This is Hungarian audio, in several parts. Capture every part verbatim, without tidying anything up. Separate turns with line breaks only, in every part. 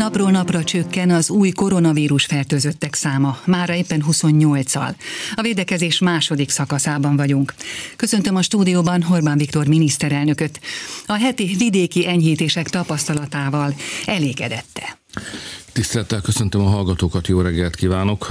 Napról napra csökken az új koronavírus fertőzöttek száma, mára éppen huszonnyolccal. A védekezés második szakaszában vagyunk. Köszöntöm a stúdióban Orbán Viktor miniszterelnököt. A heti vidéki enyhítések tapasztalatával elégedette.
Tisztelettel köszöntöm a hallgatókat, jó reggelt kívánok!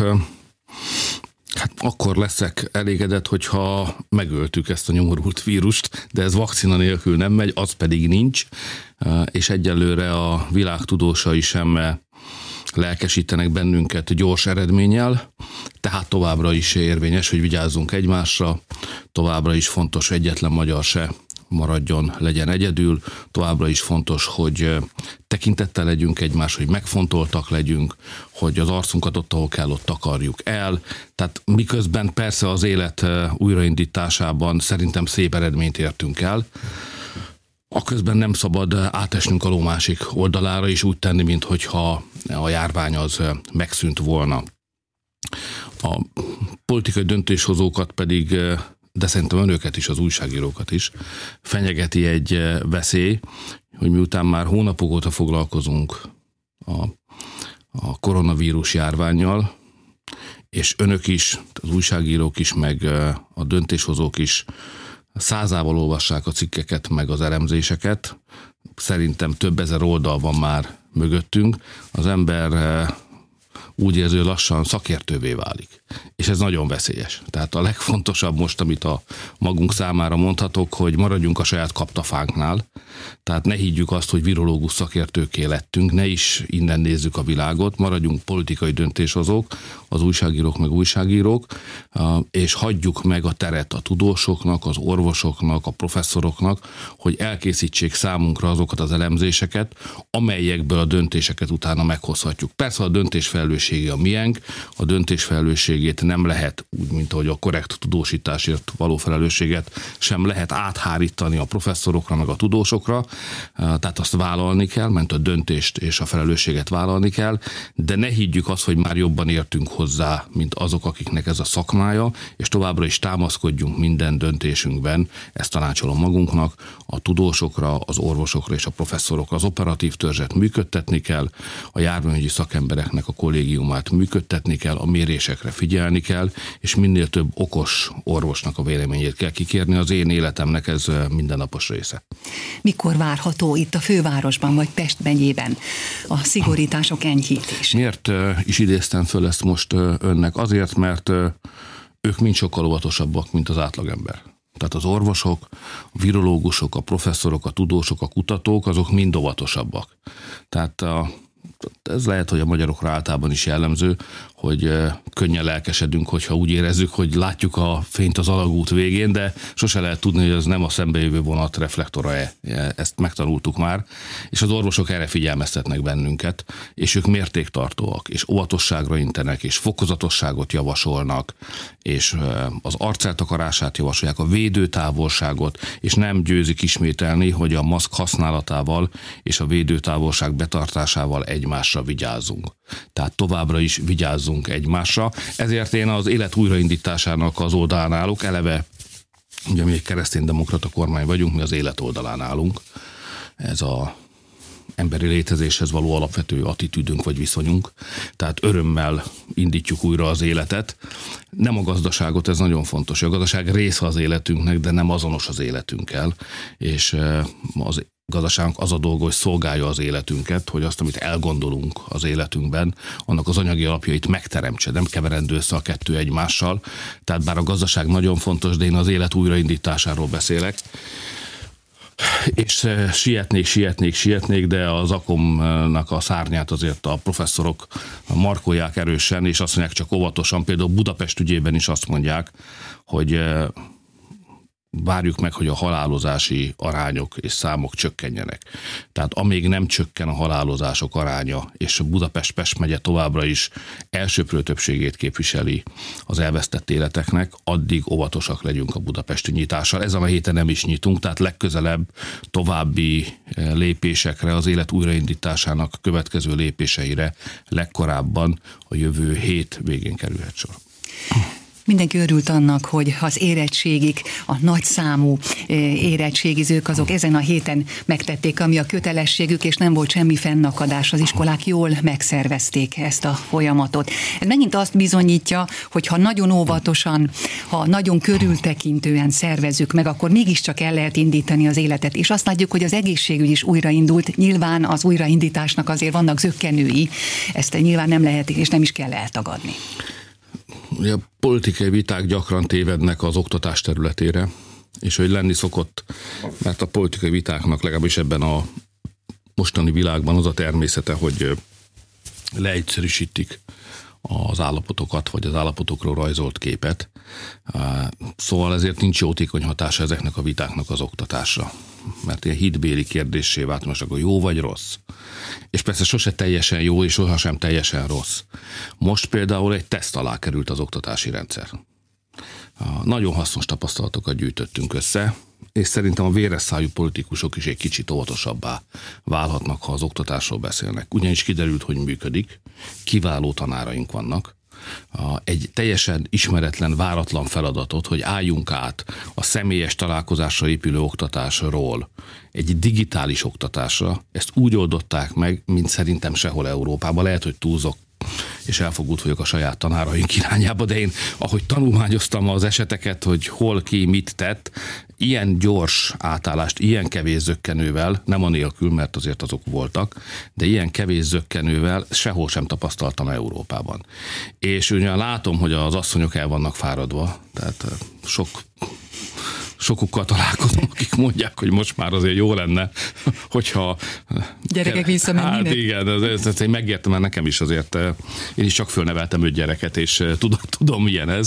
Hát akkor leszek elégedett, hogyha megöltük ezt a nyomorult vírust, de ez vakcina nélkül nem megy, az pedig nincs, és egyelőre a világ tudósai sem lelkesítenek bennünket gyors eredménnyel, tehát továbbra is érvényes, hogy vigyázzunk egymásra, továbbra is fontos, hogy egyetlen magyar se maradjon, legyen egyedül, továbbra is fontos, hogy tekintettel legyünk egymás, hogy megfontoltak legyünk, hogy az arcunkat ott, ahol kell, ott takarjuk el. Tehát miközben persze az élet újraindításában szerintem szép eredményt értünk el, aközben nem szabad átesnünk a ló másik oldalára és úgy tenni, minthogyha a járvány az megszűnt volna. A politikai döntéshozókat pedig, de szerintem önöket is, az újságírókat is fenyegeti egy veszély, hogy miután már hónapok óta foglalkozunk a, a koronavírus járvánnyal, és önök is, az újságírók is, meg a döntéshozók is százával olvassák a cikkeket, meg az elemzéseket. Szerintem több ezer oldal van már mögöttünk. Az ember úgy érzi, hogy lassan szakértővé válik. És ez nagyon veszélyes. Tehát a legfontosabb most, amit a magunk számára mondhatok, hogy maradjunk a saját kaptafánknál. Tehát ne higgyük azt, hogy virológus szakértőké lettünk, ne is innen nézzük a világot, maradjunk politikai döntéshozók, az újságírók meg újságírók, és hagyjuk meg a teret a tudósoknak, az orvosoknak, a professzoroknak, hogy elkészítsék számunkra azokat az elemzéseket, amelyekből a döntéseket utána meghozhatjuk. Persze a döntés felelőssége a miénk, a döntés felelősségét nem lehet, úgy, mint ahogy a korrekt tudósításért való felelősséget sem lehet áthárítani a professzorokra, meg a tudósokra, tehát azt vállalni kell, mert a döntést és a felelősséget vállalni kell, de ne higgyük azt, hogy már jobban értünk hozzá, mint azok, akiknek ez a szakmája, és továbbra is támaszkodjunk minden döntésünkben, ezt tanácsolom magunknak, a tudósokra, az orvosokra és a professzorokra. Az operatív törzset működtetni kell, a járványügyi szakembereknek a kollégiumát működtetni kell, a mérésekre figyelni kell, és minél több okos orvosnak a véleményét kell kikérni. Az én életemnek ez mindennapos része.
Mikor várható itt a fővárosban vagy Pest megyében a szigorítások enyhítése?
Miért is idéztem föl ezt most önnek? Azért, mert ők mind sokkal óvatosabbak, mint az átlagember. Tehát az orvosok, a virológusok, a professzorok, a tudósok, a kutatók, azok mind óvatosabbak. Tehát a ez lehet, hogy a magyarokra általában is jellemző, hogy könnyen lelkesedünk, hogyha úgy érezzük, hogy látjuk a fényt az alagút végén, de sose lehet tudni, hogy ez nem a szembejövő vonat reflektora-e. Ezt megtanultuk már, és az orvosok erre figyelmeztetnek bennünket, és ők mértéktartóak, és óvatosságra intenek, és fokozatosságot javasolnak, és az arceltakarását javasolják, a védőtávolságot, és nem győzik ismételni, hogy a maszk használatával és a védőtávolság betartásával egymásra vigyázzunk. Tehát továbbra is vigyázzunk egymásra. Ezért én az élet újraindításának az oldalán állok. Eleve, ugye mi egy kereszténydemokrata kormány vagyunk, mi az élet oldalán állunk. Ez a emberi létezéshez való alapvető attitűdünk vagy viszonyunk. Tehát örömmel indítjuk újra az életet. Nem a gazdaságot, ez nagyon fontos. A gazdaság része az életünknek, de nem azonos az életünkkel. És az gazdaságunk az a dolga, hogy szolgálja az életünket, hogy azt, amit elgondolunk az életünkben, annak az anyagi alapjait megteremtse, nem keverendő össze a kettő egymással. Tehát bár a gazdaság nagyon fontos, de én az élet újraindításáról beszélek. És sietnék, sietnék, sietnék, de az akomnak a szárnyát azért a professzorok markolják erősen, és azt mondják csak óvatosan, például Budapest ügyében is azt mondják, hogy várjuk meg, hogy a halálozási arányok és számok csökkenjenek. Tehát amíg nem csökken a halálozások aránya, és Budapest-Pest megye továbbra is elsöprő többségét képviseli az elvesztett életeknek, addig óvatosak legyünk a budapesti nyitással. Ezen a héten nem is nyitunk, tehát legközelebb további lépésekre, az élet újraindításának következő lépéseire legkorábban a jövő hét végén kerülhet sor.
Mindenki örült annak, hogy az érettségik, a nagyszámú érettségizők azok ezen a héten megtették, ami a kötelességük, és nem volt semmi fennakadás. Az iskolák jól megszervezték ezt a folyamatot. Ez megint azt bizonyítja, hogy ha nagyon óvatosan, ha nagyon körültekintően szervezzük meg, akkor mégiscsak el lehet indítani az életet. És azt látjuk, hogy az egészségügy is újraindult. Nyilván az újraindításnak azért vannak zökkenői. Ezt nyilván nem lehet és nem is kell eltagadni.
A politikai viták gyakran tévednek az oktatás területére, és hogy lenni szokott, mert a politikai vitáknak legalábbis ebben a mostani világban az a természete, hogy leegyszerűsítik az állapotokat, vagy az állapotokról rajzolt képet. Szóval ezért nincs jótékony hatása ezeknek a vitáknak az oktatásra. Mert ilyen hitbéli kérdéssé vált, most akkor jó vagy rossz. És persze sose teljesen jó, és sohasem teljesen rossz. Most például egy teszt alá került az oktatási rendszer. Nagyon hasznos tapasztalatokat gyűjtöttünk össze, és szerintem a véres szájú politikusok is egy kicsit óvatosabbá válhatnak, ha az oktatásról beszélnek. Ugyanis kiderült, hogy működik, kiváló tanáraink vannak, egy teljesen ismeretlen, váratlan feladatot, hogy álljunk át a személyes találkozásra épülő oktatásról egy digitális oktatásra, ezt úgy oldották meg, mint szerintem sehol Európában. Lehet, hogy túlzok, és elfogult vagyok a saját tanáraink irányába, de én, ahogy tanulmányoztam az eseteket, hogy hol ki mit tett, ilyen gyors átállást, ilyen kevés zökkenővel, nem anélkül, mert azért azok voltak, de ilyen kevés zökkenővel sehol sem tapasztaltam Európában. És ugyan látom, hogy az asszonyok el vannak fáradva, tehát sok sokukkal találkozom, akik mondják, hogy most már azért jó lenne, hogyha...
Gyerekek visszamennének?
Hát igen, ezt, ezt én megértem, mert nekem is azért, én is csak fölneveltem öt gyereket, és tudom, tudom milyen ez.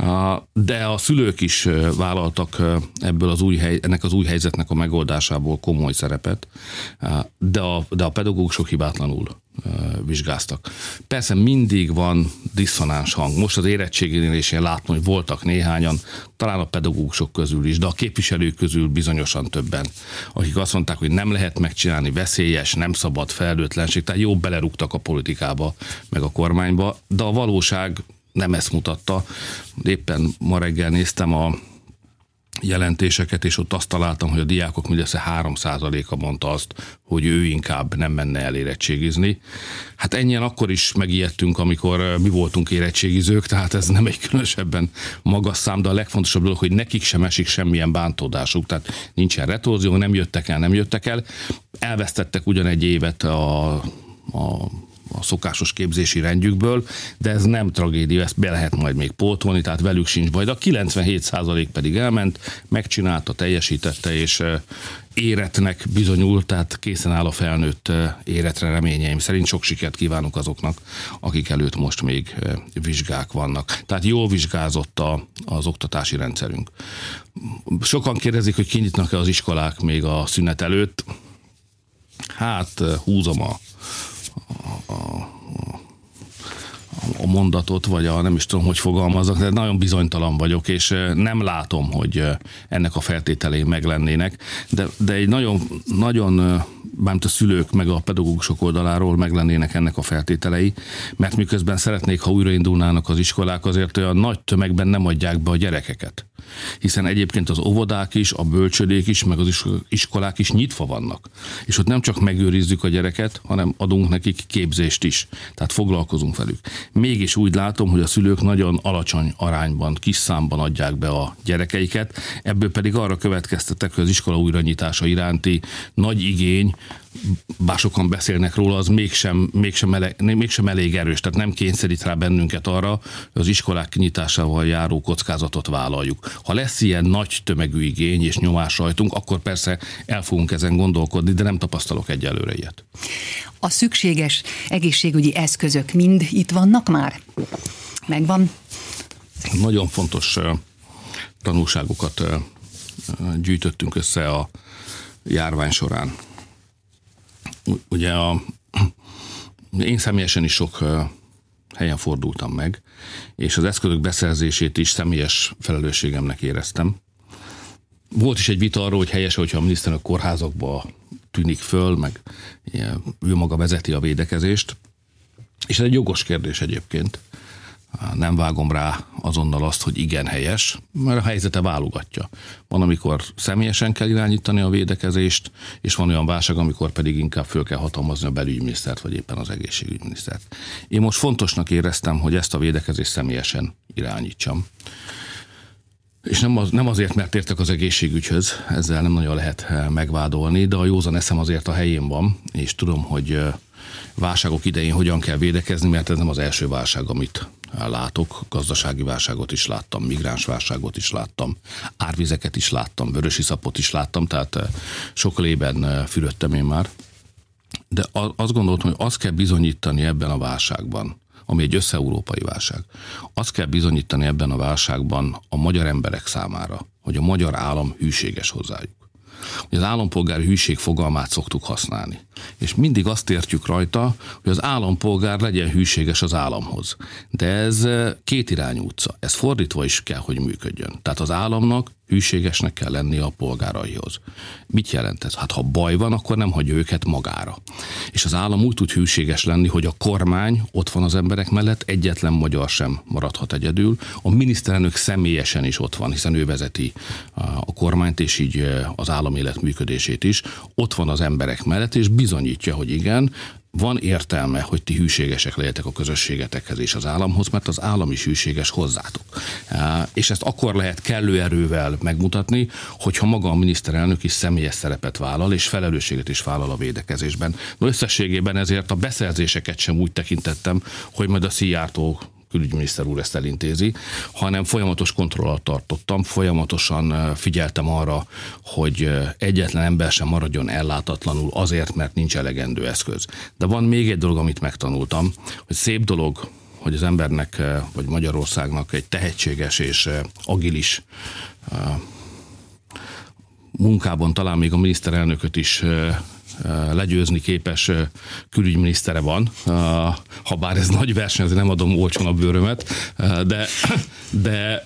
De a szülők is vállaltak ebből az új hely, ennek az új helyzetnek a megoldásából komoly szerepet, de a, de a pedagógusok hibátlanul vizsgáztak. Persze mindig van diszonáns hang. Most az érettségénél is én látom, hogy voltak néhányan, talán a pedagógusok közül is, de a képviselők közül bizonyosan többen, akik azt mondták, hogy nem lehet megcsinálni, veszélyes, nem szabad, felelőtlenség, tehát jó belerúgtak a politikába, meg a kormányba, de a valóság nem ezt mutatta. Éppen ma reggel néztem a jelentéseket, és ott azt találtam, hogy a diákok mindössze három százaléka mondta azt, hogy ő inkább nem menne el érettségizni. Hát ennyien akkor is megijedtünk, amikor mi voltunk érettségizők, tehát ez nem egy különösebben magas szám, de a legfontosabb dolog, hogy nekik sem esik semmilyen bántódásuk, tehát nincsen retorzió, nem jöttek el, nem jöttek el. Elvesztettek ugyan egy évet a, a a szokásos képzési rendjükből, de ez nem tragédia, ezt be lehet majd még pótolni, tehát velük sincs baj. De a kilencvenhét százalék pedig elment, megcsinálta, teljesítette, és éretnek bizonyult, tehát készen áll a felnőtt éretre, reményeim szerint. Sok sikert kívánok azoknak, akik előtt most még vizsgák vannak. Tehát jól vizsgázott a, az oktatási rendszerünk. Sokan kérdezik, hogy kinyitnak-e az iskolák még a szünet előtt. Hát húzom a A, a, a mondatot, vagy a nem is tudom, hogy fogalmazok, de nagyon bizonytalan vagyok, és nem látom, hogy ennek a feltételei meglennének, de, de egy nagyon, nagyon bármint a szülők meg a pedagógusok oldaláról meglennének ennek a feltételei, mert miközben szeretnék, ha újraindulnának az iskolák, azért olyan nagy tömegben nem adják be a gyerekeket. Hiszen egyébként az óvodák is, a bölcsödék is, meg az iskolák is nyitva vannak. És ott nem csak megőrizzük a gyereket, hanem adunk nekik képzést is. Tehát foglalkozunk velük. Mégis úgy látom, hogy a szülők nagyon alacsony arányban, kis számban adják be a gyerekeiket, ebből pedig arra következtetek, hogy az iskola újranyitása iránti nagy igény, bár sokan beszélnek róla, az mégsem, mégsem, elég, mégsem elég erős, tehát nem kényszerít rá bennünket arra, hogy az iskolák kinyitásával járó kockázatot vállaljuk. Ha lesz ilyen nagy tömegű igény és nyomás rajtunk, akkor persze el fogunk ezen gondolkodni, de nem tapasztalok egyelőre ilyet.
A szükséges egészségügyi eszközök mind itt vannak már? Megvan?
Nagyon fontos tanulságokat gyűjtöttünk össze a járvány során. Ugye a, én személyesen is sok helyen fordultam meg, és az eszközök beszerzését is személyes felelősségemnek éreztem. Volt is egy vita arról, hogy helyes, hogyha a miniszterelnök kórházakba tűnik föl, meg ő maga vezeti a védekezést, és ez egy jogos kérdés egyébként. nem vágom rá azonnal azt, hogy igen helyes, mert a helyzete válogatja. Van, amikor személyesen kell irányítani a védekezést, és van olyan válság, amikor pedig inkább föl kell hatalmazni a belügyminisztert, vagy éppen az egészségügyminisztert. Én most fontosnak éreztem, hogy ezt a védekezést személyesen irányítsam. És nem, az, nem azért, mert értek az egészségügyhöz, ezzel nem nagyon lehet megvádolni, de a józan eszem azért a helyén van, és tudom, hogy válságok idején hogyan kell védekezni, mert ez nem az első válság, amit látok. Gazdasági válságot is láttam, migráns válságot is láttam, árvizeket is láttam, vörösiszapot is láttam, tehát sok lében fürödtem én már. De azt gondoltam, hogy azt kell bizonyítani ebben a válságban, ami egy össze-európai válság. Azt kell bizonyítani ebben a válságban a magyar emberek számára, hogy a magyar állam hűséges hozzájuk. Az állampolgári hűség fogalmát szoktuk használni. És mindig azt értjük rajta, hogy az állampolgár legyen hűséges az államhoz. De ez kétirányú utca. Ez fordítva is kell, hogy működjön. Tehát az államnak hűségesnek kell lennie a polgáraihoz. Mit jelent ez? Hát ha baj van, akkor nem hagyja őket magára. És az állam úgy tud hűséges lenni, hogy a kormány ott van az emberek mellett, egyetlen magyar sem maradhat egyedül. A miniszterelnök személyesen is ott van, hiszen ő vezeti a kormányt, és így az államélet működését is. Ott van az emberek mellett, és bizonyítja, hogy igen, van értelme, hogy ti hűségesek legyetek a közösségetekhez és az államhoz, mert az állam is hűséges hozzátok. És ezt akkor lehet kellő erővel megmutatni, hogyha maga a miniszterelnök is személyes szerepet vállal, és felelősséget is vállal a védekezésben. No, összességében ezért a beszerzéseket sem úgy tekintettem, hogy majd a Szijjártó külügyminiszter úr ezt elintézi, hanem folyamatos kontrollat tartottam, folyamatosan figyeltem arra, hogy egyetlen ember sem maradjon ellátatlanul azért, mert nincs elegendő eszköz. De van még egy dolog, amit megtanultam, hogy szép dolog, hogy az embernek, vagy Magyarországnak egy tehetséges és agilis munkában talán még a miniszterelnököt is legyőzni képes külügyminisztere van, ha bár ez nagy verseny, azért nem adom olcsón a bőrömet, de, de,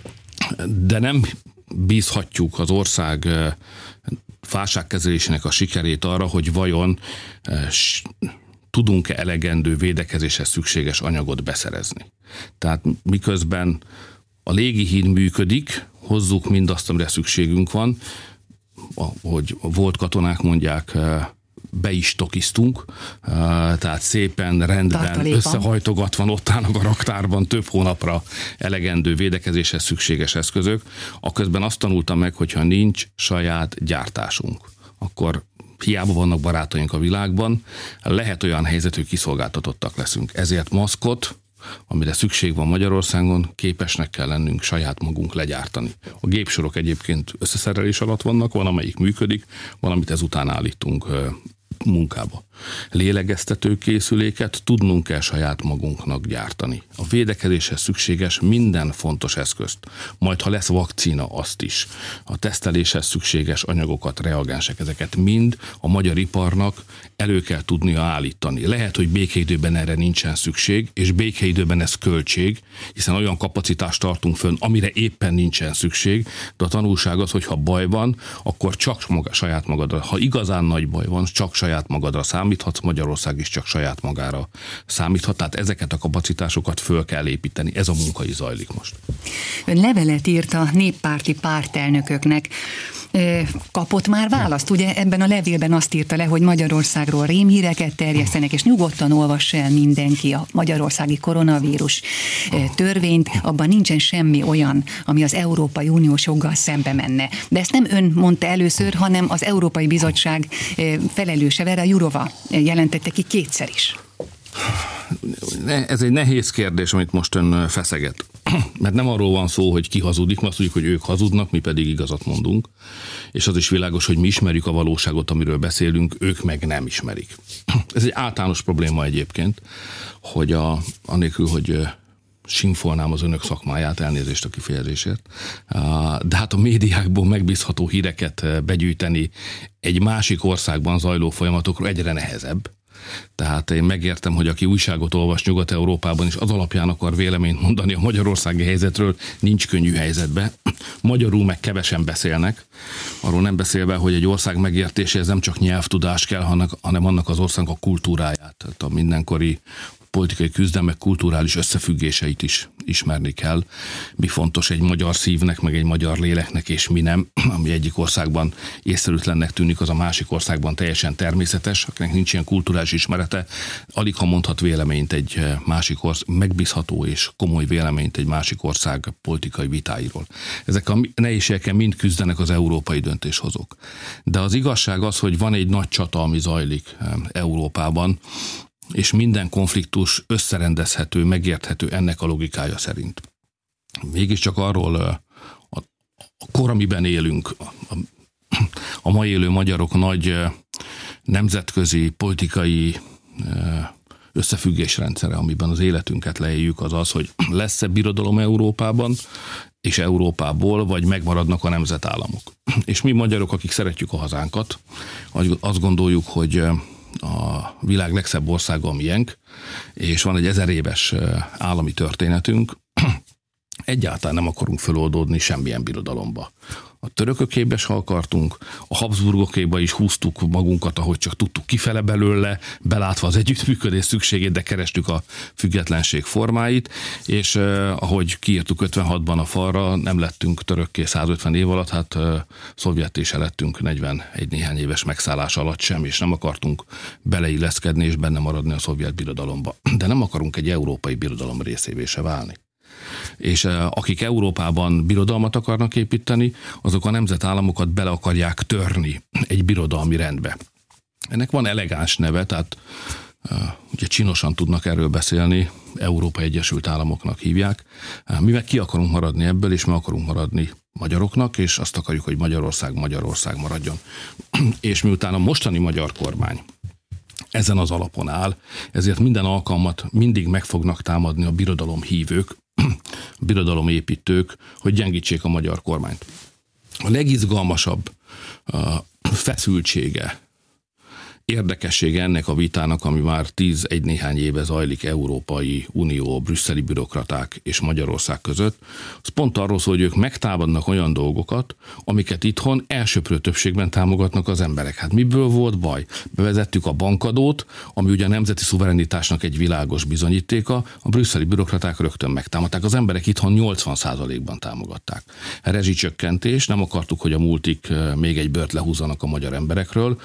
de nem bízhatjuk az ország válságkezelésének a sikerét arra, hogy vajon tudunk-e elegendő védekezéshez szükséges anyagot beszerezni. Tehát miközben a légihíd működik, hozzuk mindazt, amire szükségünk van, hogy volt katonák mondják, be is tokiztunk, tehát szépen, rendben, Tartaléka. Összehajtogatva ott állnak a raktárban több hónapra elegendő védekezéshez szükséges eszközök. Aközben azt tanultam meg, hogyha nincs saját gyártásunk, akkor hiába vannak barátaink a világban, lehet olyan helyzet, hogy kiszolgáltatottak leszünk. Ezért maszkot, amire szükség van Magyarországon, képesnek kell lennünk saját magunk legyártani. A gépsorok egyébként összeszerelés alatt vannak, van amelyik működik, valamit ezután állítunk munkába. Lélegeztető készüléket tudnunk kell saját magunknak gyártani. A védekezéshez szükséges minden fontos eszközt, majd ha lesz vakcína, azt is. A teszteléshez szükséges anyagokat, reagensek, ezeket mind a magyar iparnak elő kell tudnia állítani. Lehet, hogy békeidőben erre nincsen szükség, és békeidőben ez költség, hiszen olyan kapacitást tartunk fönn, amire éppen nincsen szükség, de a tanulság az, hogy ha baj van, akkor csak maga, saját magadra. Ha igazán nagy baj van, csak saját magadra számíthatsz, Magyarország is csak saját magára számíthat, tehát ezeket a kapacitásokat föl kell építeni. Ez a munka is zajlik most.
Ön levelet írt a néppárti pártelnököknek. Kapott már választ? Ugye ebben a levélben azt írta le, hogy Magyarországról rémhíreket terjesztenek, és nyugodtan olvassa el mindenki a magyarországi koronavírus törvényt. Abban nincsen semmi olyan, ami az Európai Uniós joggal szembe menne. De ezt nem ön mondta először, hanem az Európai Bizottság felelőse, Vera Jourova jelentette ki kétszer is.
Ez egy nehéz kérdés, amit most ön feszeget. Mert nem arról van szó, hogy ki hazudik, mert azt tudjuk, hogy ők hazudnak, mi pedig igazat mondunk. És az is világos, hogy mi ismerjük a valóságot, amiről beszélünk, ők meg nem ismerik. Ez egy általános probléma egyébként, hogy a, anélkül, hogy sinfolnám az önök szakmáját, elnézést a kifejezésért, de hát a médiákból megbízható híreket begyűjteni egy másik országban zajló folyamatokról egyre nehezebb. Tehát én megértem, hogy aki újságot olvas Nyugat-Európában is az alapján akar véleményt mondani a magyarországi helyzetről, nincs könnyű helyzetbe. Magyarul meg kevesen beszélnek, arról nem beszélve, hogy egy ország megértéséhez nem csak nyelvtudás kell, hanem annak az országnak a kultúráját, tehát a mindenkori politikai küzdelmek kulturális összefüggéseit is ismerni kell. Mi fontos egy magyar szívnek, meg egy magyar léleknek, és mi nem. Ami egyik országban észszerűtlennek tűnik, az a másik országban teljesen természetes. Akinek nincs ilyen kulturális ismerete, alig ha mondhat véleményt egy másik ország, megbízható és komoly véleményt egy másik ország politikai vitáiról. Ezek a nehézségekkel mind küzdenek az európai döntéshozók. De az igazság az, hogy van egy nagy csata, ami zajlik Európában, és minden konfliktus összerendezhető, megérthető ennek a logikája szerint. Mégiscsak arról a, a kor, amiben élünk, a, a ma élő magyarok nagy nemzetközi politikai összefüggésrendszere, amiben az életünket leéljük, az az, hogy lesz-e birodalom Európában, és Európából, vagy megmaradnak a nemzetállamok. És mi magyarok, akik szeretjük a hazánkat, azt gondoljuk, hogy a világ legszebb országa a miénk, és van egy ezer éves állami történetünk, egyáltalán nem akarunk föloldódni semmilyen birodalomba. A törökökébe se akartunk, a Habsburgokéba is húztuk magunkat, ahogy csak tudtuk kifele belőle, belátva az együttműködés szükségét, de kerestük a függetlenség formáit, és eh, ahogy kiírtuk ötvenhatban a falra, nem lettünk törökké százötven év alatt, hát eh, szovjetté se lettünk negyvenegy néhány éves megszállás alatt sem, és nem akartunk beleilleszkedni és benne maradni a szovjet birodalomba. De nem akarunk egy európai birodalom részévé se válni. És akik Európában birodalmat akarnak építeni, azok a nemzetállamokat bele akarják törni egy birodalmi rendbe. Ennek van elegáns neve, tehát ugye csinosan tudnak erről beszélni, Európa Egyesült Államoknak hívják. Mi meg ki akarunk maradni ebből, és mi akarunk maradni magyaroknak, és azt akarjuk, hogy Magyarország Magyarország maradjon. És miután a mostani magyar kormány ezen az alapon áll, ezért minden alkalmat mindig meg fognak támadni a birodalom hívők, a birodalomépítők, hogy gyengítsék a magyar kormányt. A legizgalmasabb a feszültsége, érdekessége ennek a vitának, ami már tíz-egy néhány éve zajlik Európai Unió, brüsszeli bürokraták és Magyarország között, az pont arról szól, hogy ők megtámadnak olyan dolgokat, amiket itthon elsöprő többségben támogatnak az emberek. Hát miből volt baj? Bevezettük a bankadót, ami ugye a nemzeti szuverenitásnak egy világos bizonyítéka, a brüsszeli bürokraták rögtön megtámadták. Az emberek itthon nyolcvan százalékban támogatták. A rezsicsökkentés, nem akartuk, hogy a multik még egy bört lehúzzanak a magyar emberekről.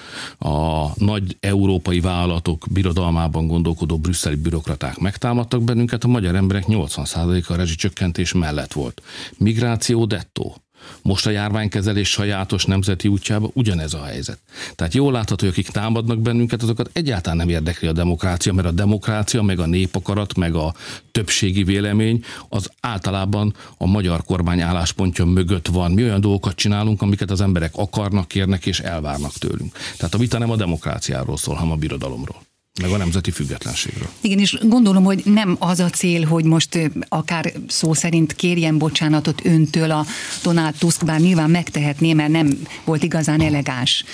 A nagy európai vállalatok birodalmában gondolkodó brüsszeli bürokraták megtámadtak bennünket, a magyar emberek nyolcvan százaléka a rezsicsökkentés mellett volt. Migráció dettó. Most a járványkezelés sajátos nemzeti útjában ugyanez a helyzet. Tehát jól látható, hogy akik támadnak bennünket, azokat egyáltalán nem érdekli a demokrácia, mert a demokrácia, meg a népakarat, meg a többségi vélemény, az általában a magyar kormány álláspontja mögött van. Mi olyan dolgokat csinálunk, amiket az emberek akarnak, kérnek és elvárnak tőlünk. Tehát a vita nem a demokráciáról szól, hanem a birodalomról, meg a nemzeti függetlenségről.
Igen, és gondolom, hogy nem az a cél, hogy most akár szó szerint kérjen bocsánatot öntől a Donald Tusk, bár nyilván megtehetné, mert nem volt igazán elegáns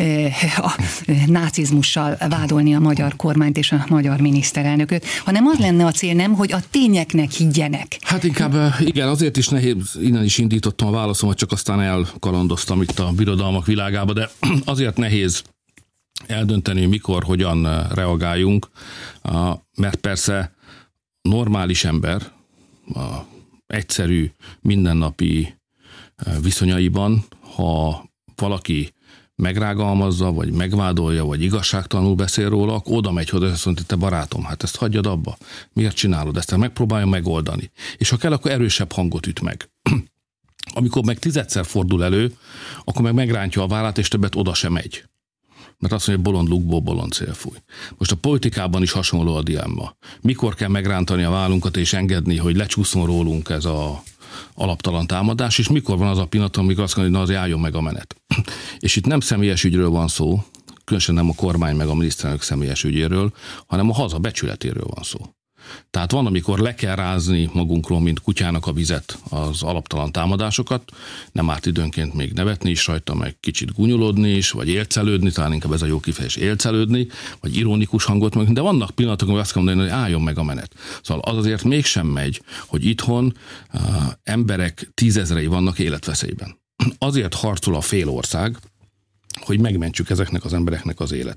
a nácizmussal vádolni a magyar kormányt és a magyar miniszterelnököt, hanem az lenne a cél, nem, hogy a tényeknek higgyenek.
Hát inkább igen, azért is nehéz, innen is indítottam a válaszomat, csak aztán elkalandoztam itt a birodalmak világába, de azért nehéz eldönteni, hogy mikor, hogyan reagáljunk, mert persze normális ember, a egyszerű, mindennapi viszonyaiban, ha valaki megrágalmazza, vagy megvádolja, vagy igazságtalanul beszél róla, akkor oda megy hozzá, és azt mondja, te barátom, hát ezt hagyjad abba. Miért csinálod ezt? Megpróbálja megoldani. És ha kell, akkor erősebb hangot üt meg. Amikor meg tizedszer fordul elő, akkor meg megrántja a vállát, és többet oda sem megy. Mert azt mondja, hogy bolond lukból bolond szél fúj. Most a politikában is hasonló a dilemma. Mikor kell megrántani a vállunkat és engedni, hogy lecsúszson rólunk ez a alaptalan támadás, és mikor van az a pillanat, amikor azt mondja, hogy na, az álljon meg a menet. És itt nem személyes ügyről van szó, különösen nem a kormány meg a miniszterelnök személyes ügyéről, hanem a haza becsületéről van szó. Tehát van, amikor le kell rázni magunkról, mint kutyának a vizet, az alaptalan támadásokat, nem árt időnként még nevetni is rajta, meg kicsit gúnyolódni is, vagy élcelődni, talán inkább ez a jó kifejezés, élcelődni, vagy ironikus hangot meg, de vannak pillanatok, amikor azt kell mondani, hogy álljon meg a menet. Szóval az azért mégsem megy, hogy itthon uh, emberek tízezrei vannak életveszélyben. Azért harcol a fél ország, hogy megmentsük ezeknek az embereknek az életét.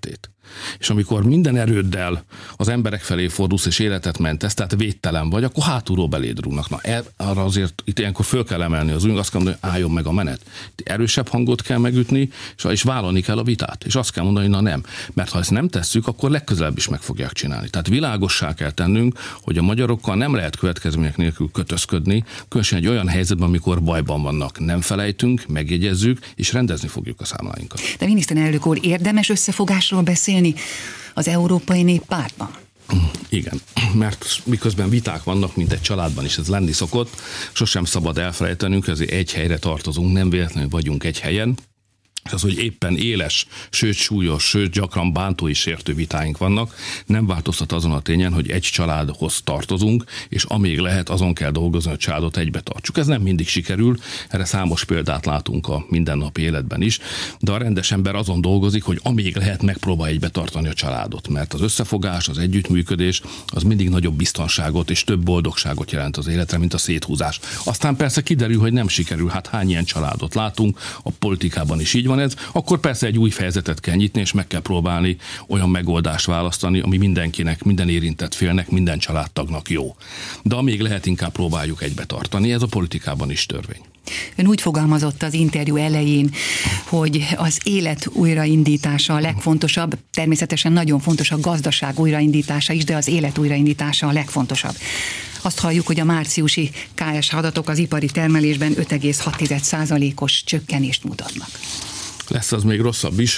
És amikor minden erőddel az emberek felé fordulsz és életet mentesz, tehát védtelen vagy, akkor hátulról beléd rúgnak. Na, el, arra azért itt ilyenkor föl kell emelni az ujjunk, azt kell mondani, hogy álljon meg a menet. Erősebb hangot kell megütni, és, és vállalni kell a vitát. És azt kell mondani, hogy na nem. Mert ha ezt nem tesszük, akkor legközelebb is meg fogják csinálni. Tehát világossá kell tennünk, hogy a magyarokkal nem lehet következmények nélkül kötözködni, különösen egy olyan helyzetben, amikor bajban vannak. Nem felejtünk, megjegyezzük, és rendezni fogjuk a számláinkat.
De miniszterelnök úr, érdemes összefogásról beszélni az Európai Néppártban?
Igen, mert miközben viták vannak, mint egy családban is ez lenni szokott, sosem szabad elfelejtenünk, ezért egy helyre tartozunk, nem véletlenül vagyunk egy helyen. Az, hogy éppen éles, sőt súlyos, sőt gyakran bántó és sértő vitáink vannak, nem változtat azon a tényen, hogy egy családhoz tartozunk, és amíg lehet, azon kell dolgozni, hogy a családot egybe tartsuk. Ez nem mindig sikerül, erre számos példát látunk a mindennapi életben is, de a rendes ember azon dolgozik, hogy amíg lehet, megpróbál egybe tartani a családot, mert az összefogás, az együttműködés, az mindig nagyobb biztonságot és több boldogságot jelent az életre, mint a széthúzás. Aztán persze kiderül, hogy nem sikerül, hát hány ilyen családot látunk, a politikában is így van ez, akkor persze egy új fejezetet kell nyitni, és meg kell próbálni olyan megoldást választani, ami mindenkinek, minden érintett félnek, minden családtagnak jó. De amíg lehet, inkább próbáljuk egybe tartani, ez a politikában is törvény.
Ön úgy fogalmazott az interjú elején, hogy az élet újraindítása a legfontosabb, természetesen nagyon fontos a gazdaság újraindítása is, de az élet újraindítása a legfontosabb. Azt halljuk, hogy a márciusi ká es há adatok az ipari termelésben öt egész hat százalékos csökkenést mutatnak.
Lesz az még rosszabb is.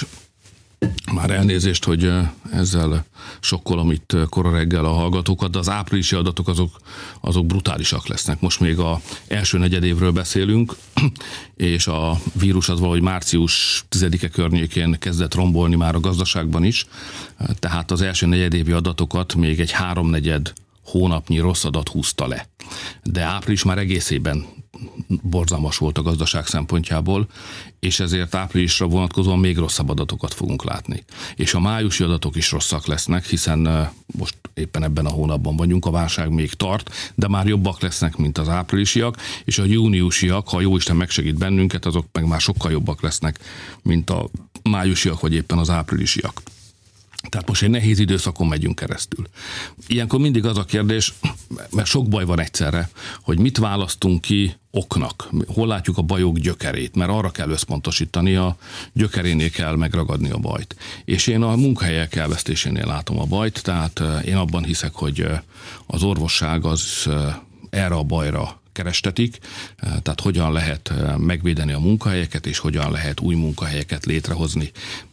Már elnézést, hogy ezzel sokkolom itt kora reggel a hallgatókat, de az áprilisi adatok azok, azok brutálisak lesznek. Most még az első negyedévről beszélünk, és a vírus az valahogy március tizedike környékén kezdett rombolni már a gazdaságban is, tehát az első negyedévi adatokat még egy háromnegyed hónapnyi rossz adat húzta le. De április már egészében borzalmas volt a gazdaság szempontjából, és ezért áprilisra vonatkozóan még rosszabb adatokat fogunk látni. És a májusi adatok is rosszak lesznek, hiszen most éppen ebben a hónapban vagyunk, a válság még tart, de már jobbak lesznek, mint az áprilisiak, és a júniusiak, ha Jóisten megsegít bennünket, azok meg már sokkal jobbak lesznek, mint a májusiak, vagy éppen az áprilisiak. Tehát most egy nehéz időszakon megyünk keresztül. Ilyenkor mindig az a kérdés, mert sok baj van egyszerre, hogy mit választunk ki oknak, hol látjuk a bajok gyökerét, mert arra kell összpontosítani, a gyökerénél kell megragadni a bajt. És én a munkahelyek elvesztésénél látom a bajt, tehát én abban hiszek, hogy az orvosság az erre a bajra kerestetik, tehát hogyan lehet megvédeni a munkahelyeket, és hogyan lehet új munkahelyeket létrehozni.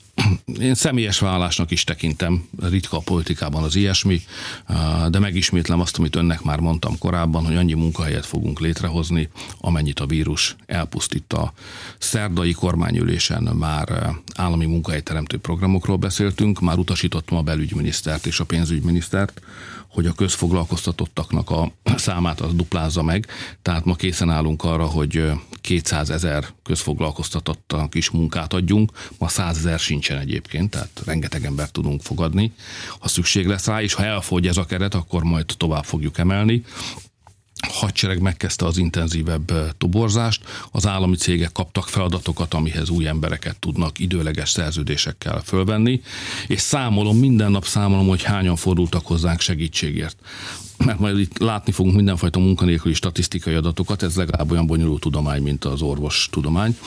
Én személyes vállalásnak is tekintem, ritka a politikában az ilyesmi, de megismétlem azt, amit önnek már mondtam korábban, hogy annyi munkahelyet fogunk létrehozni, amennyit a vírus elpusztít. A szerdai kormányülésen már állami munkahelyteremtő programokról beszéltünk, már utasítottam a belügyminisztert és a pénzügyminisztert, hogy a közfoglalkoztatottaknak a számát az duplázza meg, tehát ma készen állunk arra, hogy kétszázezer közfoglalkoztatottak is munkát adjunk, ma százezer sincsen egyébként, tehát rengeteg embert tudunk fogadni, ha szükség lesz rá, és ha elfogy ez a keret, akkor majd tovább fogjuk emelni. A hadsereg megkezdte az intenzívebb toborzást, az állami cégek kaptak feladatokat, amihez új embereket tudnak időleges szerződésekkel fölvenni, és számolom, minden nap számolom, hogy hányan fordultak hozzánk segítségért. Mert majd itt látni fogunk mindenfajta munkanélküli statisztikai adatokat, ez legalább olyan bonyolult tudomány, mint az orvostudomány.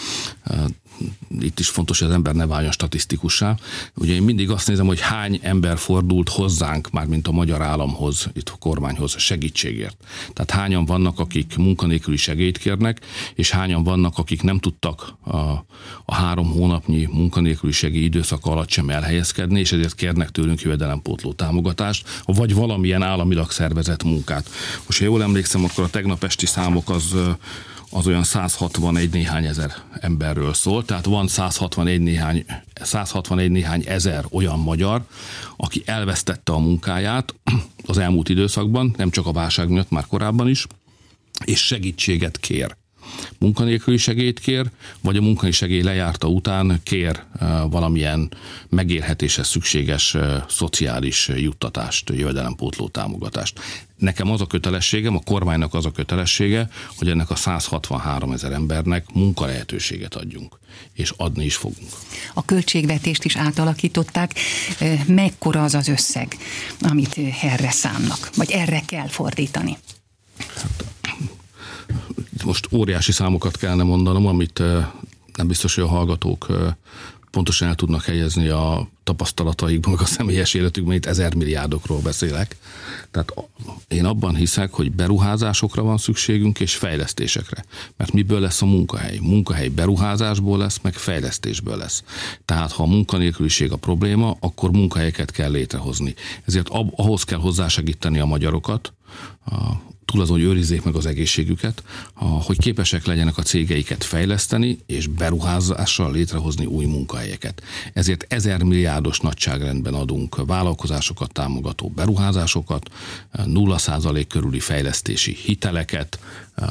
Itt is fontos, hogy az ember ne váljon statisztikussá. Ugye én mindig azt nézem, hogy hány ember fordult hozzánk, mármint a magyar államhoz, itt a kormányhoz segítségért. Tehát hányan vannak, akik munkanélküli segélyt kérnek, és hányan vannak, akik nem tudtak a, a három hónapnyi munkanélküli segély időszaka alatt sem elhelyezkedni, és ezért kérnek tőlünk jövedelempótló támogatást, vagy valamilyen államilag szervezett munkát. Most, ha jól emlékszem, akkor a tegnap esti számok az az olyan százhatvanegy néhány ezer emberről szól, tehát van százhatvanegy néhány, százhatvanegy néhány ezer olyan magyar, aki elvesztette a munkáját az elmúlt időszakban, nem csak a válság miatt, már korábban is, és segítséget kér. munkanélküli segélyt kér, vagy a munkanélküli segély lejárta után kér valamilyen megélhetéshez szükséges szociális juttatást, jövedelempótló támogatást. Nekem az a kötelességem, a kormánynak az a kötelessége, hogy ennek a száz hatvanhárom ezer embernek munkalehetőséget adjunk, és adni is fogunk.
A költségvetést is átalakították. Mekkora az az összeg, amit erre szánnak, vagy erre kell fordítani?
Hát, most óriási számokat kellene mondanom, amit nem biztos, hogy a hallgatók pontosan el tudnak helyezni a tapasztalataikban, meg a személyes életükben, itt ezer milliárdokról beszélek. Tehát én abban hiszek, hogy beruházásokra van szükségünk, és fejlesztésekre. Mert miből lesz a munkahely? Munkahely beruházásból lesz, meg fejlesztésből lesz. Tehát ha a munkanélküliség a probléma, akkor munkahelyeket kell létrehozni. Ezért ahhoz kell hozzásegíteni a magyarokat, a túl azon, hogy őrizzék meg az egészségüket, hogy képesek legyenek a cégeiket fejleszteni, és beruházással létrehozni új munkahelyeket. Ezért ezer milliárdos nagyságrendben adunk vállalkozásokat támogató beruházásokat, nulla százalék körüli fejlesztési hiteleket,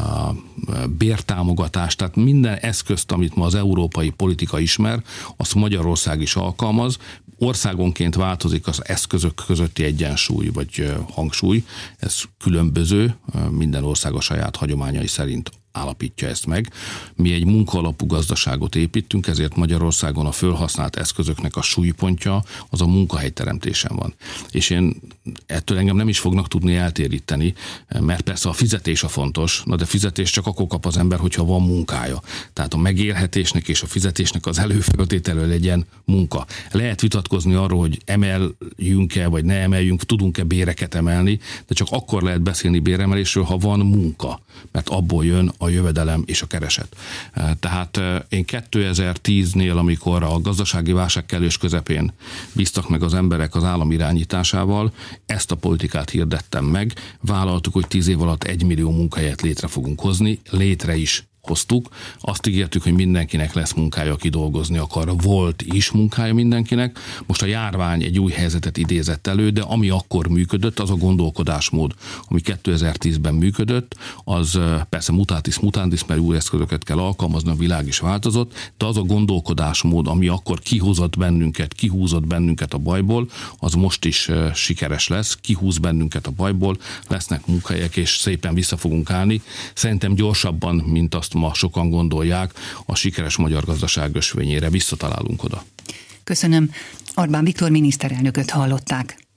bértámogatást, tehát minden eszközt, amit ma az európai politika ismer, azt Magyarország is alkalmaz. Országonként változik az eszközök közötti egyensúly vagy hangsúly, ez különböző, minden ország a saját hagyományai szerint állapítja ezt meg. Mi egy munkaalapú gazdaságot építünk, ezért Magyarországon a fölhasznált eszközöknek a súlypontja az a munkahelyteremtésen van. És én ettől engem nem is fognak tudni eltéríteni, mert persze a fizetés a fontos, na de fizetés csak akkor kap az ember, hogyha van munkája. Tehát a megélhetésnek és a fizetésnek az előfeltétele legyen munka. Lehet vitatkozni arról, hogy emeljünk-e, vagy ne emeljünk, tudunk-e béreket emelni, de csak akkor lehet beszélni béremelésről, ha van munka, mert abból jön a jövedelem és a kereset. Tehát én kétezer-tíznél, amikor a gazdasági válság kellős közepén bíztak meg az emberek az állam irányításával, ezt a politikát hirdettem meg, vállaltuk, hogy tíz év alatt egy millió munkahelyet létre fogunk hozni, létre is hoztuk. Azt ígértük, hogy mindenkinek lesz munkája, aki dolgozni akar. Volt is munkája mindenkinek. Most a járvány egy új helyzetet idézett elő, de ami akkor működött, az a gondolkodásmód, ami kétezer-tízben működött, az persze mutatis mutandis, mert új eszközöket kell alkalmazni, a világ is változott, de az a gondolkodásmód, ami akkor kihozott bennünket, kihúzott bennünket a bajból, az most is sikeres lesz, kihúz bennünket a bajból, lesznek munkahelyek, és szépen vissza fogunk állni. Szerintem gyorsabban, mint azt ma sokan gondolják, a sikeres magyar gazdaság ösvényére visszatalálunk oda.
Köszönöm. Orbán Viktor miniszterelnököt hallották.